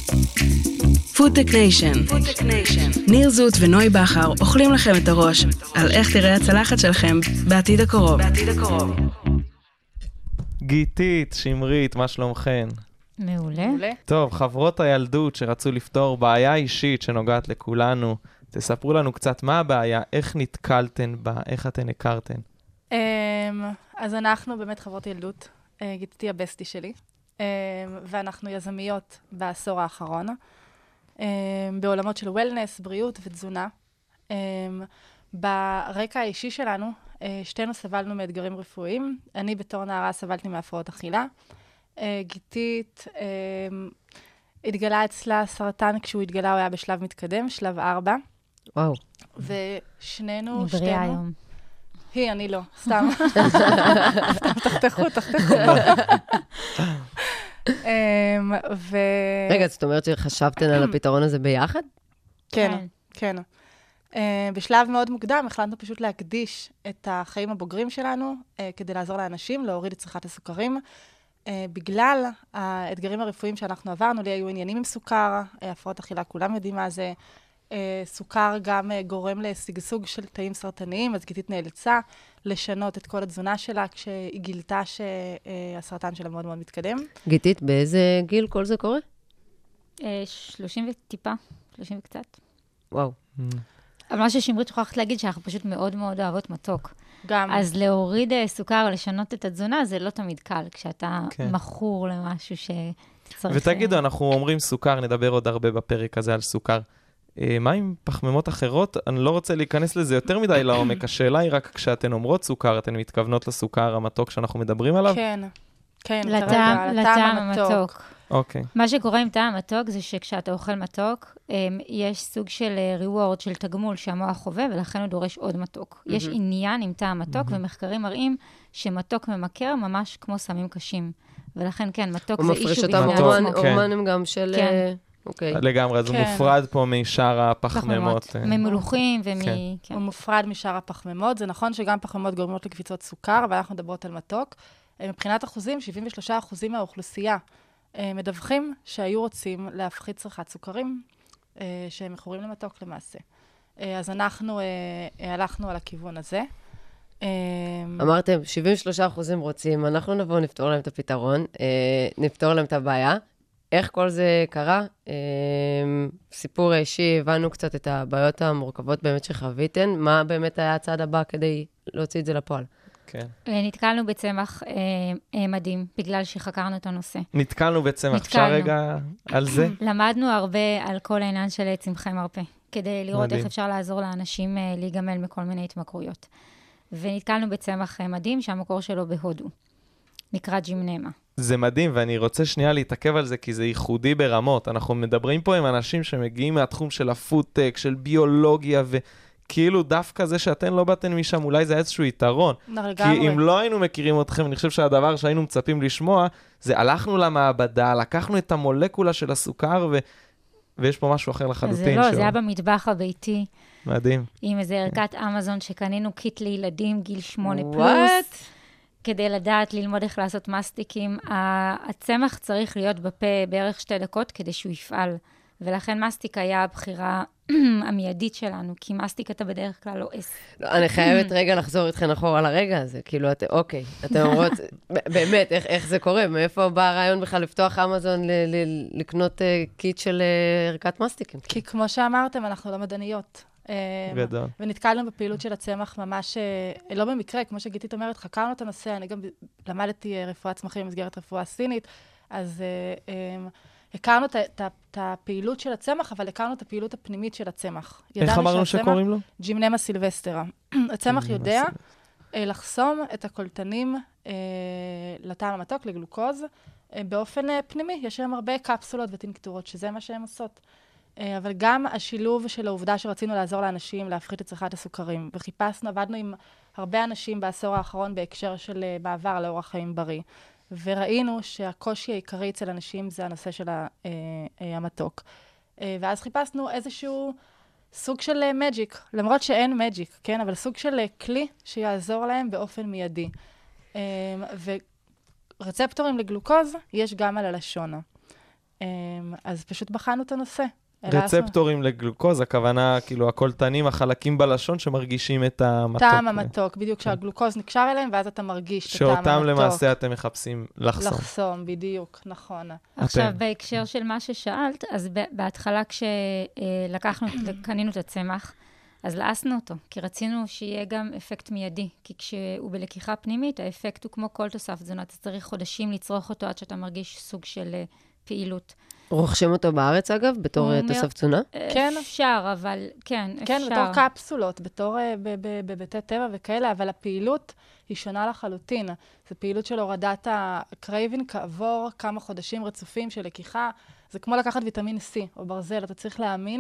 פודטק ניישן. ניר זוט ונוי בחר אוכלים לכם את הראש על איך תראה הצלחת שלכם בעתיד הקרוב. גיתית, שמרית, מה שלומכן? מעולה. טוב, חברות הילדות שרצו לפתור בעיה אישית שנוגעת לכולנו, תספרו לנו קצת מה הבעיה, איך נתקלתן בה, איך אתן הכרתן. אז אנחנו באמת חברות ילדות, גיתיתי הבסטי שלי, ואנחנו יזמיות בעשור האחרון, בעולמות של וולנס, בריאות ותזונה. ברקע האישי שלנו, שתינו סבלנו מאתגרים רפואיים. אני בתור נערה סבלתי מהפרעות אכילה. גיתית התגלה אצלה סרטן, כשהוא התגלה הוא היה בשלב מתקדם, שלב 4. וואו. ושנינו, אני בריאה היום. אני לא, סתם. תחתכו. רגע, זאת אומרת שחשבתן על הפתרון הזה ביחד? כן. בשלב מאוד מוקדם החלטנו פשוט להקדיש את החיים הבוגרים שלנו כדי לעזור לאנשים, להוריד את צריכת הסוכרים. בגלל האתגרים הרפואיים שאנחנו עברנו, לי היו עניינים עם סוכר, הפרעות אכילה, כולם יודעים מה זה. סוכר גם גורם לסגסוג של תאים סרטניים, אז גיתית נאלצה לשנות את כל התזונה שלה כשהיא גילתה שהסרטן שלה מאוד מאוד מתקדם. גיתית, באיזה גיל כל זה קורה? 30 וטיפה, 30 וקצת. וואו. אבל מה ששמרית שוכחת להגיד, שאנחנו פשוט מאוד מאוד אוהבות מתוק. גם. אז להוריד סוכר או לשנות את התזונה, זה לא תמיד קל, כשאתה מכור למשהו שצריך... ותגידו, אנחנו אומרים סוכר, נדבר עוד הרבה בפרק הזה על סוכר. מה עם פחמימות אחרות? אני לא רוצה להיכנס לזה יותר מדי לעומק. השאלה היא רק כשאתן אומרות סוכר, אתן מתכוונות לסוכר המתוק שאנחנו מדברים עליו? כן. לטעם המתוק. אוקיי. מה שקורה עם טעם המתוק זה שכשאתה אוכל מתוק, יש סוג של reward, של תגמול שהמוח חווה, ולכן הוא דורש עוד מתוק. יש עניין עם טעם מתוק, ומחקרים מראים שמתוק ממכר ממש כמו סמים קשים. ולכן כן, מתוק זה אישו בפני עצמו. הוא מפריש אותם הורמונים גם של... לגמרי, אז הוא מופרד פה משאר הפחמימות. ממלוחים הוא מופרד משאר הפחמימות. זה נכון שגם פחמימות גורמות לקפיצות סוכר, אבל אנחנו מדברות על מתוק. מבחינת אחוזים, 73% מהאוכלוסייה מדווחים שהיו רוצים להפחית צריכת סוכרים, שהם מכורים למתוק למעשה. אז אנחנו הלכנו על הכיוון הזה. אמרתם, 73% רוצים, אנחנו נבוא נפתור להם את הפתרון, נפתור להם את הבעיה. איך כל זה קרה? סיפור אישי, הבנו קצת את הבעיות המורכבות באמת שחוויתן. מה באמת היה הצעד הבא כדי להוציא את זה לפועל? כן. נתקלנו בצמח מדהים, בגלל שחקרנו את הנושא. נתקלנו בצמח, אפשר רגע על זה? למדנו הרבה על כל העניין של צמחי מרפא, כדי לראות איך אפשר לעזור לאנשים להיגמל מכל מיני התמכרויות. ונתקלנו בצמח מדהים, שהמקור שלו בהודו. נקרא ג'ימנמה. זה מדהים, ואני רוצה שנייה להתעכב על זה, כי זה ייחודי ברמות. אנחנו מדברים פה עם אנשים שמגיעים מהתחום של הפודטק, של ביולוגיה, וכאילו דווקא זה שאתן לא באתן משם, אולי זה איזשהו יתרון. כי אם לא היינו מכירים אתכם, אני חושב שהדבר שהיינו מצפים לשמוע, זה הלכנו למעבדה, לקחנו את המולקולה של הסוכר, ויש פה משהו אחר לחלוטין. זה לא, זה היה במטבח הביתי. מדהים. עם איזה ערכת אמזון שקנינו קיט לילדים, גיל 8 פלוס. כדי לדעת, ללמוד איך לעשות מסטיקים. הצמח צריך להיות בפה בערך 2 דקות כדי שהוא יפעל. ולכן מסטיק היה הבחירה המיידית שלנו, כי מסטיק אתה בדרך כלל לא עס. אני חייבת רגע לחזור איתכן אחורה על הרגע הזה. כאילו, אוקיי, אתם אומרות, באמת, איך זה קורה? מאיפה בא הרעיון בכלל לפתוח אמזון לקנות קיט של ערכת מסטיקים? כי כמו שאמרתם, אנחנו לא מדעניות. גדול. ונתקלנו בפעילות של הצמח ממש, לא במקרה, כמו שגיתית אומרת, חקרנו את הנושא, אני גם למדתי רפואת צמחים במסגרת רפואה סינית, אז הכרנו את הפעילות של הצמח, אבל הכרנו את הפעילות הפנימית של הצמח. איך אמרנו שקוראים לו? ג'ימנמה סילבסטרה. הצמח יודע לחסום את הקולטנים לטעם המתוק, לגלוקוז, באופן פנימי. יש להם הרבה קפסולות וטינקטורות, שזה מה שהם עושות. אבל גם השילוב של העובדה שרצינו לעזור לאנשים להפחית את צריכת הסוכרים, וחיפשנו, עבדנו עם הרבה אנשים בעשור האחרון בהקשר של מעבר לאורח חיים בריא, וראינו שהקושי העיקרי אצל אנשים זה הנושא של המתוק. ואז חיפשנו איזשהו סוג של מג'יק, למרות שאין מג'יק, כן? אבל סוג של כלי שיעזור להם באופן מיידי. ורצפטורים לגלוקוז יש גם על הלשון. אז פשוט בחנו את הנושא. רצפטורים לגלוקוז, הכוונה, כאילו, הקולטנים, החלקים בלשון שמרגישים את המתוק. טעם המתוק, בדיוק, שהגלוקוז נקשר אליהם, ואז אתה מרגיש את הטעם המתוק. שאותם למעשה אתם מחפשים לחסום. לחסום, בדיוק, נכון. עכשיו, בהקשר של מה ששאלת, אז בהתחלה קנינו את הצמח, אז לעסנו אותו, כי רצינו שיהיה גם אפקט מיידי, כי כשהוא בלקיחה פנימית, האפקט הוא כמו כל תוסף תזונה, אתה צריך חודשים לצרוך אותו עד שאתה מרגיש סוג של פעילות. רוכשים אותו בארץ, אגב, בתור תוסף תזונה? כן, אפשר, אבל כן, אפשר. כן, בתור קפסולות, בתור בבתי טבע וכאלה, אבל הפעילות היא שונה לחלוטין. זו פעילות של הורדת הקרייבינג כעבור כמה חודשים רצופים של לקיחה. זה כמו לקחת ויטמין C או ברזל, אתה צריך להאמין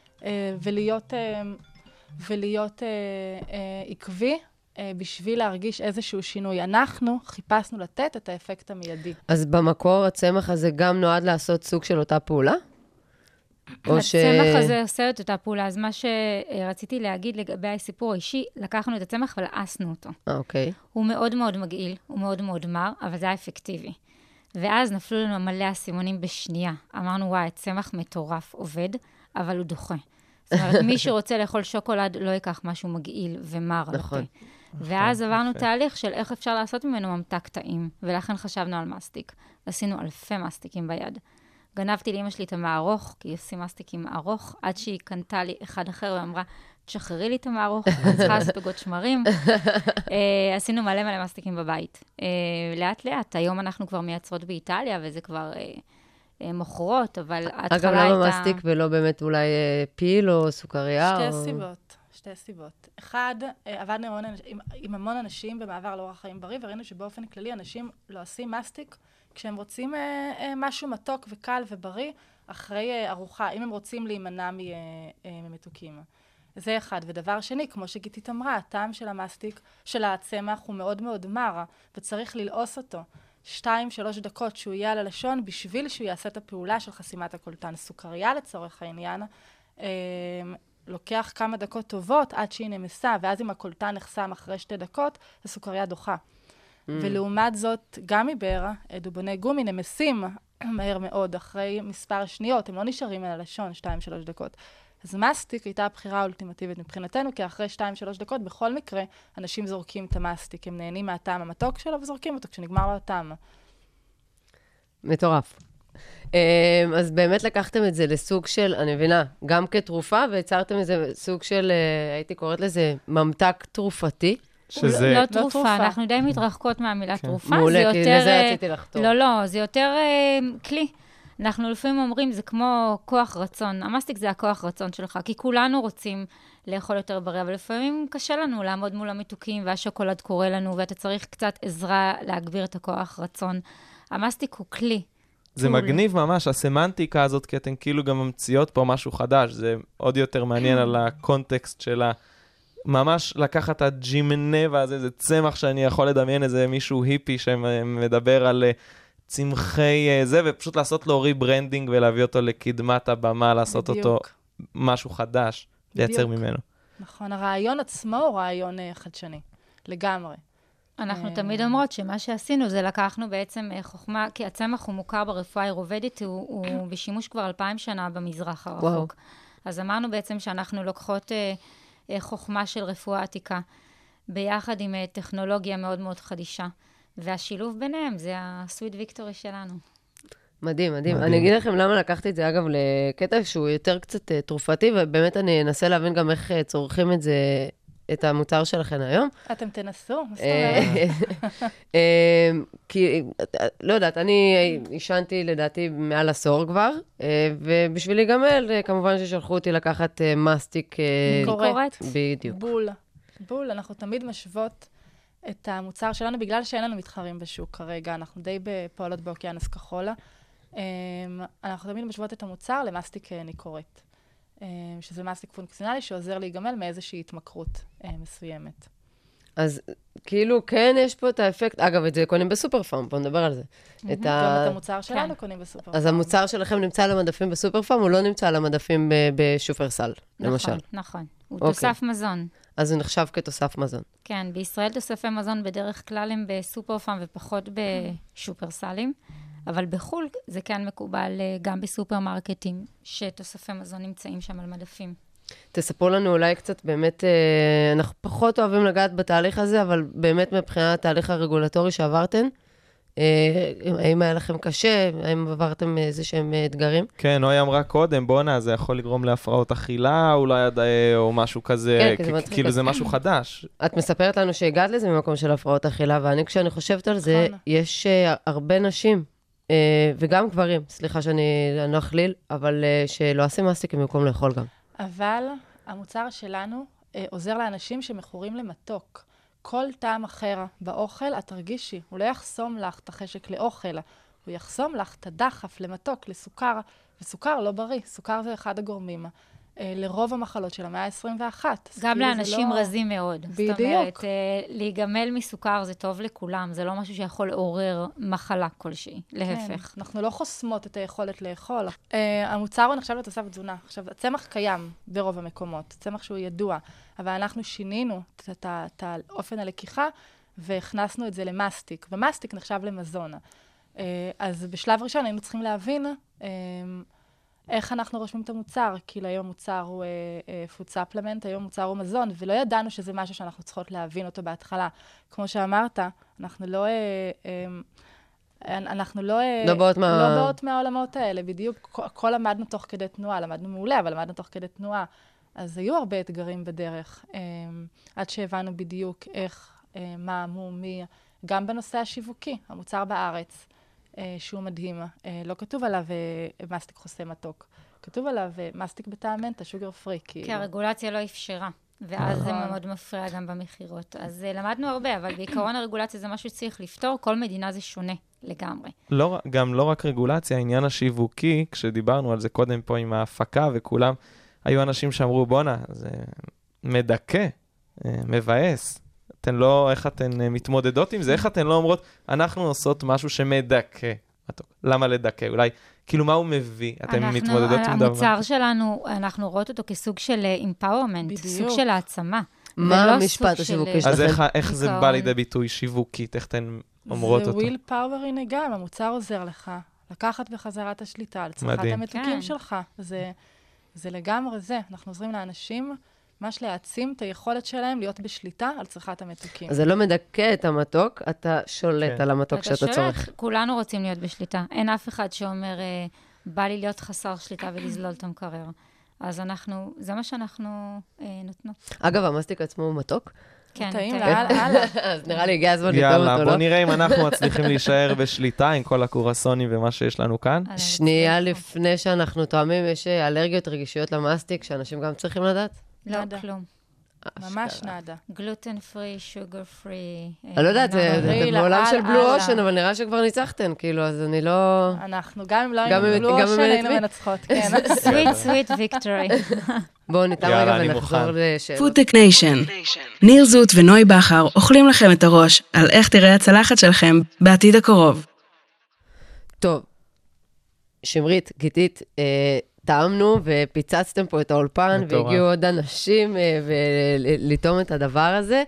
ולהיות עקבי בשביל להרגיש איזשהו שינוי. אנחנו חיפשנו לתת את האפקט המיידי. אז במקור הצמח הזה גם נועד לעשות סוג של אותה פעולה? הצמח הזה עושה את אותה פעולה, אז מה שרציתי להגיד לגבי הסיפור האישי, לקחנו את הצמח ולעסנו אותו. אוקיי. הוא מאוד מאוד מגעיל, הוא מאוד מאוד מר, אבל זה היה אפקטיבי. ואז נפלו לנו מלא אסימונים בשנייה. אמרנו, וואי, הצמח מטורף, עובד, אבל הוא דוחה. זאת אומרת, מי שרוצה לאכול שוקולד לא ייקח משהו מגעיל ומר. נכון. ואז עברנו תהליך של איך אפשר לעשות ממנו ממתק טעים, ולכן חשבנו על מסטיק. עשינו אלפי מסטיקים ביד. גנבתי לאמא שלי את המערוך, כי עושים מסטיקים ארוך, עד שהיא קנתה לי אחד אחר ואמרה, תשחררי לי את המערוך, אני צריכה לעשות עוגות שמרים. עשינו מלא מסטיקים בבית. לאט לאט, היום אנחנו כבר מייצרות באיטליה, וזה כבר מוכרות, אבל ההתחלה הייתה... אגב, למה מסטיק ולא באמת אולי פיל או סוכריה? שתי סיבות. אחד, עבדנו עם המון אנשים במעבר לאורח חיים בריא, וראינו שבאופן כללי אנשים לא עושים מסטיק, כשהם רוצים משהו מתוק וקל ובריא, אחרי ארוחה, אם הם רוצים להימנע ממתוקים. זה אחד. ודבר שני, כמו שגיתית אמרה, הטעם של המסטיק, של הצמח, הוא מאוד מאוד מר, וצריך ללעוס אותו. 2-3 דקות שהוא יהיה על הלשון, בשביל שהוא יעשה את הפעולה של חסימת הקולטן. סוכריה לצורך העניין, לוקח כמה דקות טובות עד שהיא נמסה, ואז אם הקולטן נחסם אחרי 2 דקות, הסוכריה דוחה. ולעומת זאת, גם מבערה, דובוני גומי נמסים מהר מאוד, אחרי מספר שניות, הם לא נשארים על הלשון 2-3 דקות. אז מסטיק הייתה הבחירה האולטימטיבית מבחינתנו, כי אחרי 2-3 דקות, בכל מקרה, אנשים זורקים את המסטיק, הם נהנים מהטעם המתוק שלו וזורקים אותו כשנגמר לו הטעם. מטורף. אז באמת לקחתם את זה לסוג של, אני מבינה, גם כתרופה, ויצרתם את זה סוג של, הייתי קוראת לזה, ממתק תרופתי. שזה... לא תרופה, אנחנו די מתרחקות מהמילה תרופה. מעולה, כי לזה רציתי לחתור. לא, זה יותר כלי. אנחנו לפעמים אומרים, זה כמו כוח רצון. המסטיק זה הכוח רצון שלך, כי כולנו רוצים לאכול יותר בריא, אבל לפעמים קשה לנו לעמוד מול המתוקים, והשוקולד קורא לנו, ואתה צריך קצת עזרה להגביר את הכוח רצון. המסטיק הוא כלי. זה מגניב ממש, הסמנטיקה הזאת, כי אתן כאילו גם ממציאות פה משהו חדש, זה עוד יותר מעניין על הקונטקסט שלה. ממש לקחת את הג'ימנבה הזה, זה צמח שאני יכול לדמיין איזה מישהו היפי שמדבר על צמחי זה, ופשוט לעשות לו ריברנדינג ולהביא אותו לקדמת הבמה, לעשות אותו משהו חדש, לייצר ממנו. נכון, הרעיון עצמו הוא רעיון חדשני, לגמרי. אנחנו תמיד אומרות שמה שעשינו זה לקחנו בעצם חוכמה, כי הצמח הוא מוכר ברפואה האירובדית, הוא בשימוש כבר 2000 שנה במזרח הרחוק. אז אמרנו בעצם שאנחנו לוקחות חוכמה של רפואה עתיקה, ביחד עם טכנולוגיה מאוד מאוד חדישה. והשילוב ביניהם זה הסוויט ויקטורי שלנו. מדהים, מדהים. אני אגיד לכם למה לקחתי את זה, אגב, לקטע שהוא יותר קצת תרופתי, ובאמת אני אנסה להבין גם איך צורכים את זה, את המוצר שלכם היום. אתם תנסו, מה זאת אומרת? כי, לא יודעת, אני עישנתי לדעתי מעל עשור כבר, ובשביל להיגמל, כמובן ששלחו אותי לקחת מסטיק. קורט. בדיוק. בול, אנחנו תמיד משוות את המוצר שלנו, בגלל שאין לנו מתחרים בשוק כרגע, אנחנו די פועלות באוקיינוס כחול. אנחנו תמיד משוות את המוצר למסטיק ניקורט, שזה מסטיק פונקציונלי שעוזר להיגמל מאיזושהי התמכרות מסוימת. אז כאילו כן יש פה את האפקט, אגב, את זה קונים בסופר פארם, בוא נדבר על זה. גם את המוצר שלנו קונים בסופר פארם. אז המוצר שלכם נמצא על המדפים בסופר פארם, הוא לא נמצא על המדפים בשופרסל, למשל. נכון. הוא תוסף מזון. אז הוא נחשב כתוסף מזון. כן, בישראל תוספי מזון בדרך כלל הם בסופר פארם ופחות בשופרסלים, אבל בחו"ל זה כן מקובל גם בסופרמרקטים, שתוספי מזון נמצאים שם על מדפים. תספרו לנו אולי קצת באמת, אנחנו פחות אוהבים לגעת בתהליך הזה, אבל באמת מבחינת התהליך הרגולטורי שעברתן, האם היה לכם קשה? האם עברתם איזה שהם אתגרים? כן, נוי אמרה קודם, בונה, זה יכול לגרום להפרעות אכילה, אולי או משהו כזה, כאילו זה משהו חדש. את מספרת לנו שהגעת לזה ממקום של הפרעות אכילה, ואני כשאני חושבת על זה, יש הרבה נשים, וגם גברים, סליחה שאני לא אכליל, אבל שלא עושים מסטיקים במקום לאכול גם. אבל המוצר שלנו עוזר לאנשים שמכורים למתוק. כל טעם אחר באוכל, את תרגישי. הוא לא יחסום לך את החשק לאוכל, הוא יחסום לך את הדחף למתוק, לסוכר, וסוכר לא בריא. סוכר זה אחד הגורמים לרוב המחלות של המאה ה-21. גם לאנשים רזים מאוד. בדיוק. זאת אומרת, להיגמל מסוכר זה טוב לכולם, זה לא משהו שיכול לעורר מחלה כלשהי, להפך. כן, אנחנו לא חוסמות את היכולת לאכול. המוצר הוא נחשב לתוסף תזונה. עכשיו, הצמח קיים ברוב המקומות, צמח שהוא ידוע, אבל אנחנו שינינו את האופן הלקיחה, והכנסנו את זה למסטיק, ומסטיק נחשב למזון. אז בשלב ראשון היינו צריכים להבין איך אנחנו רושמים את המוצר, כאילו היום המוצר הוא food supplement, היום המוצר הוא מזון, ולא ידענו שזה משהו שאנחנו צריכות להבין אותו בהתחלה. כמו שאמרת, אנחנו לא באות מהעולמות האלה, בדיוק, הכל למדנו תוך כדי תנועה, למדנו מעולה, אבל למדנו תוך כדי תנועה. אז היו הרבה אתגרים בדרך, עד שהבנו בדיוק איך, מה, מי, גם בנושא השיווקי, המוצר בארץ, שהוא מדהים, לא כתוב עליו מסטיק חוסה מתוק, כתוב עליו מסטיק בטעם מנטה, שוגר פרי. כי הרגולציה לא אפשרה, ואז זה מאוד מפריע גם במחירות. אז למדנו הרבה, אבל בעיקרון הרגולציה זה משהו שצריך לפתור, כל מדינה זה שונה לגמרי. גם לא רק רגולציה, העניין השיווקי, כשדיברנו על זה קודם פה עם ההפקה וכולם, היו אנשים שאמרו, בונה, זה מדכא, מבאס. אתן לא, איך אתן מתמודדות עם זה? איך אתן לא אומרות, אנחנו עושות משהו שמדכא. למה לדכא? אולי, כאילו מה הוא מביא? אתן מתמודדות עם דבר? המוצר שלנו, אנחנו רואות אותו כסוג של empowerment, סוג של העצמה. מה המשפט השיווקי שלכם? אז איך זה בא לידי ביטוי שיווקית? איך אתן אומרות אותו? זה will power הנה גם, המוצר עוזר לך. לקחת בחזרה את השליטה על צריכת המתוקים שלך. זה לגמרי זה. אנחנו עוזרים לאנשים ממש להעצים את היכולת שלהם להיות בשליטה על צריכת המתוקים. אז זה לא מדכא את המתוק, אתה שולט על המתוק שאתה צורך. כולנו רוצים להיות בשליטה. אין אף אחד שאומר, בא לי להיות חסר שליטה ולזלול את המקרר. אז זה מה שאנחנו נותנות. אגב, המסטיק עצמו הוא מתוק? כן, טעים, הלאה. אז נראה לי הגיע הזמן לטעום אותו, לא? יאללה, בוא נראה אם אנחנו מצליחים להישאר בשליטה עם כל הקורסונים ומה שיש לנו כאן. שנייה לפני שאנחנו טועמים, יש אלרגיות רגישויות למסטיק, שאנשים גם צריכים לדעת? לא, כלום. ממש נדה. גלוטן פרי, שוגר פרי. אני לא יודעת, זה בעולם של בלו אושן, אבל נראה שכבר ניצחתן, כאילו, אז אני לא... אנחנו, גם אם לא היינו בלו אושן, היינו מנצחות, כן. sweet victory. בואו ניתן רגע ונחזור לשאלות. פודטק ניישן. ניר זוט ונוי בכר אוכלים לכם את הראש על איך תראה הצלחת שלכם בעתיד הקרוב. טוב, שמרית, גיתית, טעמנו ופיצצתם פה את האולפן, והגיעו עוד אנשים ולטעום את הדבר הזה.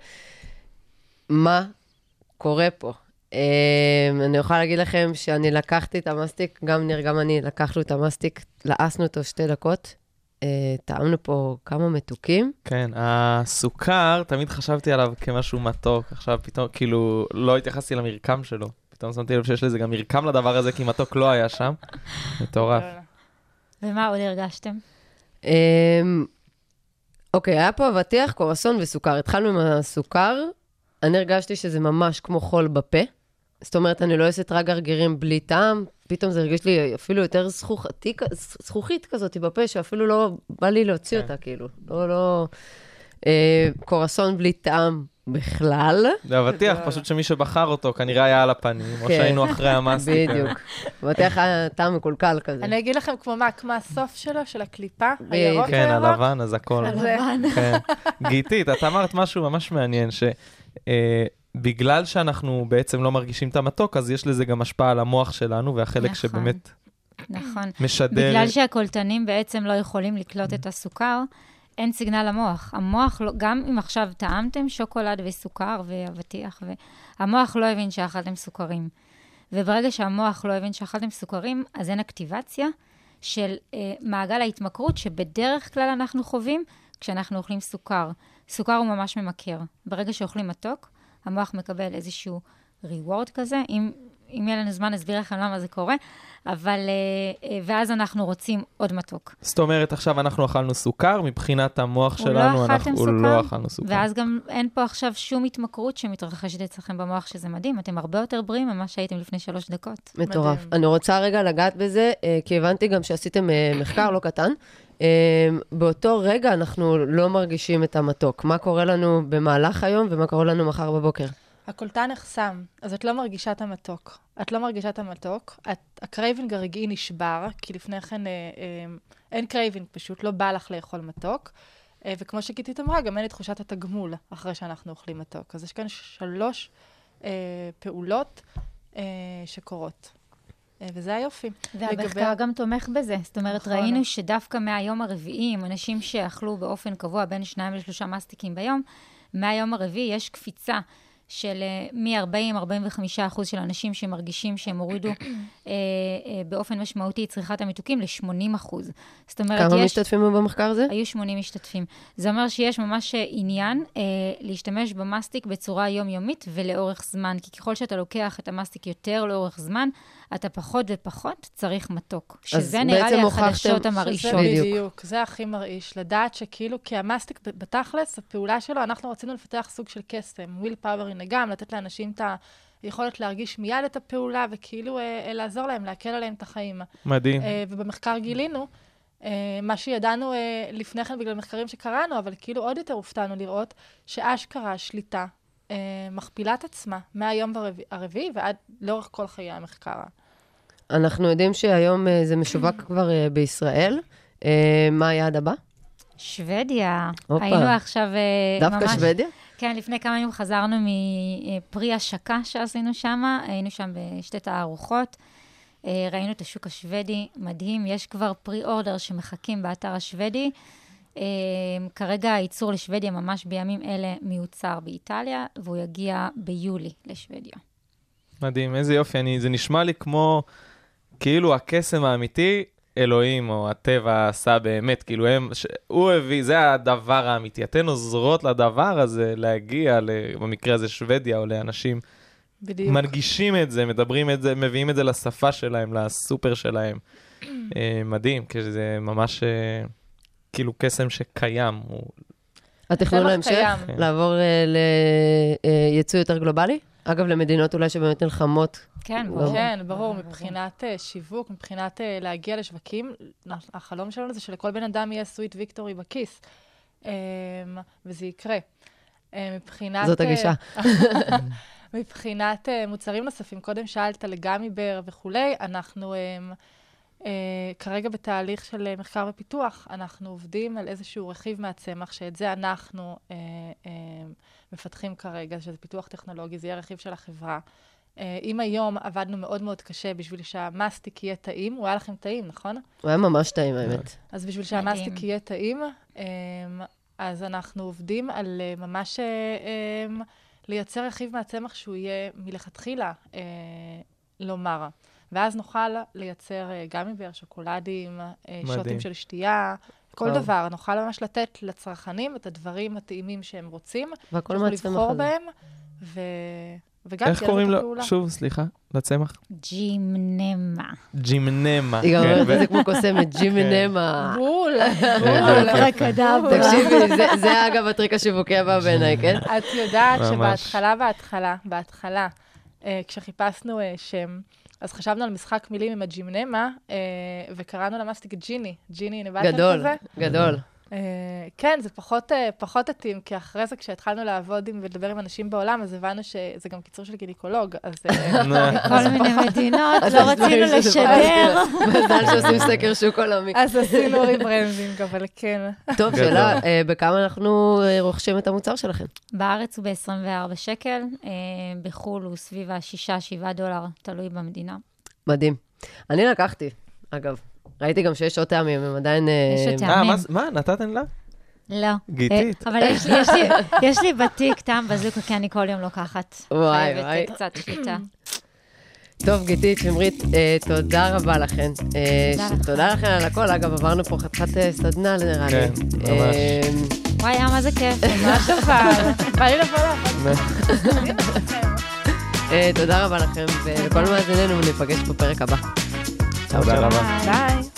מה קורה פה? אני יכולה להגיד לכם שאני לקחתי את המסטיק, גם ניר, גם אני, לקחנו את המסטיק, לעסנו אותו 2 דקות, טעמנו פה כמה מתוקים. כן, הסוכר, תמיד חשבתי עליו כמשהו מתוק, עכשיו פתאום, כאילו, לא התייחסתי למרקם שלו. פתאום שמתי לב שיש לזה גם מרקם לדבר הזה, כי מתוק לא היה שם. מטורף. ומה עוד הרגשתם? אוקיי, היה פה אבטיח, קורסון וסוכר. התחלנו עם הסוכר, אני הרגשתי שזה ממש כמו חול בפה. זאת אומרת, אני לא אעשת רק גרגירים בלי טעם, פתאום זה הרגיש לי אפילו יותר זכוכית כזאת בפה, שאפילו לא בא לי להוציא אותה, כאילו. לא, קורסון בלי טעם בכלל. זה אבטיח, פשוט שמי שבחר אותו כנראה היה על הפנים, או שהיינו אחרי המסטיק. בדיוק. אבטיח היה טעם מקולקל כזה. אני אגיד לכם כמו הסוף שלו, של הקליפה, הירוק. כן, הלבן, אז הכל. גיתית, את אמרת משהו ממש מעניין, בגלל שאנחנו בעצם לא מרגישים את המתוק, אז יש לזה גם השפעה על המוח שלנו, והחלק שבאמת משדר... בגלל שהקולטנים בעצם לא יכולים לקלוט את הסוכר, אין סיגנל למוח. המוח, גם אם עכשיו טעמתם שוקולד וסוכר ואבטיח, המוח לא הבין שאכלתם סוכרים. וברגע שהמוח לא הבין שאכלתם סוכרים, אז אין אקטיבציה של מעגל ההתמכרות, שבדרך כלל אנחנו חווים כשאנחנו אוכלים סוכר. סוכר הוא ממש ממכר. ברגע שאוכלים מתוק, המוח מקבל איזשהו ריוורד כזה, אם יהיה לנו זמן, נסביר לכם למה זה קורה, אבל, ואז אנחנו רוצים עוד מתוק. זאת אומרת, עכשיו אנחנו אכלנו סוכר, מבחינת המוח שלנו, אנחנו לא אכלנו סוכר. ואז גם אין פה עכשיו שום התמכרות שמתרחשת אצלכם במוח, שזה מדהים. אתם הרבה יותר בריאים ממה שהייתם לפני 3 דקות. מטורף. אני רוצה רגע לגעת בזה, כי הבנתי גם שעשיתם מחקר לא קטן. באותו רגע אנחנו לא מרגישים את המתוק. מה קורה לנו במהלך היום ומה קורה לנו מחר בבוקר? הקולטן נחסם, אז את לא מרגישה את המתוק. את לא מרגישה את המתוק, הקרייבינג הרגעי נשבר, כי לפני כן אין קרייבינג פשוט, לא בא לך לאכול מתוק, וכמו שגיתית אמרה, גם אין את תחושת התגמול אחרי שאנחנו אוכלים מתוק. אז יש כאן 3 פעולות שקורות. וזה היופי. והמחקר גם תומך בזה. זאת אומרת, ראינו שדווקא מהיום הרביעי, אנשים שאכלו באופן קבוע בין 2 ל3 מסטיקים ביום, מהיום הרביעי יש קפיצה של מ-40-45% של אנשים שמרגישים שהם הורידו באופן משמעותי את צריכת המתוקים ל-80%. זאת אומרת, כמה משתתפים במחקר הזה? היו 80 משתתפים. זה אומר שיש ממש עניין להשתמש במסטיק בצורה יומיומית ולאורך זמן, כי ככל שאתה לוקח את המסטיק יותר לאורך זמן, אתה פחות ופחות צריך מתוק. שזה נראה לי החדשות המרעישות. שזה בדיוק, זה הכי מרעיש. לדעת שכאילו, כי המסטיק בתכלס, הפעולה שלו, אנחנו רצינו לפתח סוג של קסם, וויל פאוור גם, לתת לאנשים את היכולת להרגיש מיד את הפעולה, וכאילו לעזור להם, להקל עליהם את החיים. מדהים. ובמחקר גילינו, מה שידענו לפני כן בגלל מחקרים שקראנו, אבל כאילו עוד יותר הופתענו לראות, שאשכרה השליטה מכפילה את עצמה מהיום הרביעי ועד לאורך כל חיי המחקר. אנחנו יודעים שהיום זה משווק כבר בישראל. מה היעד הבא? שוודיה. היינו עכשיו דווקא ממש... שוודיה? כן, לפני כמה ימים חזרנו מפרי השקה שעשינו שם, היינו שם בשתי תערוכות, ראינו את השוק השוודי, מדהים, יש כבר פרי-אורדר שמחכים באתר השוודי, כרגע הייצור לשוודיה ממש בימים אלה מיוצר באיטליה, והוא יגיע ביולי לשוודיה. מדהים, איזה יופי, זה נשמע לי כמו, כאילו הקסם האמיתי, אלוהים או הטבע עשה באמת, כאילו הוא הביא, זה הדבר האמיתי. אתן עוזרות לדבר הזה להגיע, במקרה הזה שוודיה או לאנשים, בדיוק. מרגישים את זה, מדברים את זה, מביאים את זה לשפה שלהם, לסופר שלהם. מדהים, כי זה ממש כאילו קסם שקיים. התכנון להמשך, לעבור לייצוא יותר גלובלי? אגב, למדינות אולי שבאמת נלחמות. כן, ברור, מבחינת שיווק, מבחינת להגיע לשווקים, החלום שלנו זה שלכל בן אדם יהיה סוויט ויקטורי בכיס, וזה יקרה. זאת הגישה. מבחינת מוצרים נוספים, קודם שאלת לגמי בר וכולי, אנחנו כרגע בתהליך של מחקר ופיתוח, אנחנו עובדים על איזשהו רכיב מהצמח, שאת זה אנחנו מפתחים כרגע, שזה פיתוח טכנולוגי, זה יהיה רכיב של החברה. אם היום עבדנו מאוד מאוד קשה בשביל שהמסטיק יהיה טעים, הוא היה לכם טעים, נכון? הוא היה ממש טעים, האמת. אז בשביל שהמסטיק יהיה טעים, אז אנחנו עובדים על ממש לייצר רכיב מהצמח שהוא יהיה מלכתחילה לא מרה. ואז נוכל לייצר גם מבאר שוקולדים, שוטים של שתייה, כל דבר. נוכל ממש לתת לצרכנים את הדברים הטעימים שהם רוצים, והכל שיוכלו לבחור בהם, וגם איך קוראים לו? שוב, סליחה, לצמח. ג'ימנמה. ג'ימנמה. היא גם אומרת את זה כמו קוסמת, ג'ימנמה. בול. אברקדברה. תקשיבי, זה אגב הטריק השיווקי הבא בעיניי, כן? את יודעת שבהתחלה, כשחיפשנו שם, אז חשבנו על משחק מילים עם הג'ימנמה, וקראנו למסטיק ג'יני. ג'יני, נבלתם כזה? גדול. כן, זה פחות עתים, כי אחרי זה כשהתחלנו לעבוד ולדבר עם אנשים בעולם, אז הבנו שזה גם קיצור של גינקולוג. כל מיני מדינות, לא רצינו לשדר. מזל שעושים סקר שוק עולמי. אז עשינו ריברנדינג, אבל כן. טוב, שאלה, בכמה אנחנו רוכשים את המוצר שלכם? בארץ הוא ב-24 שקל, בחול הוא סביב $6-7, תלוי במדינה. מדהים. אני לקחתי, אגב. ראיתי גם שיש עוד טעמים, הם עדיין... יש עוד טעמים. מה, נתתן לה? לא. גיטית. אבל יש לי בתיק טעם בזוקה, כי אני כל יום לוקחת. וואי. חייבת קצת שליטה. טוב, גיתית, שמרית, תודה רבה לכן. תודה לכן על הכל. אגב, עברנו פה חתיכת סדנה, נראה לי. כן, ממש. וואי, מה זה כיף. ממש אבל. בא לי לבוא תודה רבה לכם, ולכל מאזיננו ניפגש בפרק הבא. תודה רבה. ביי.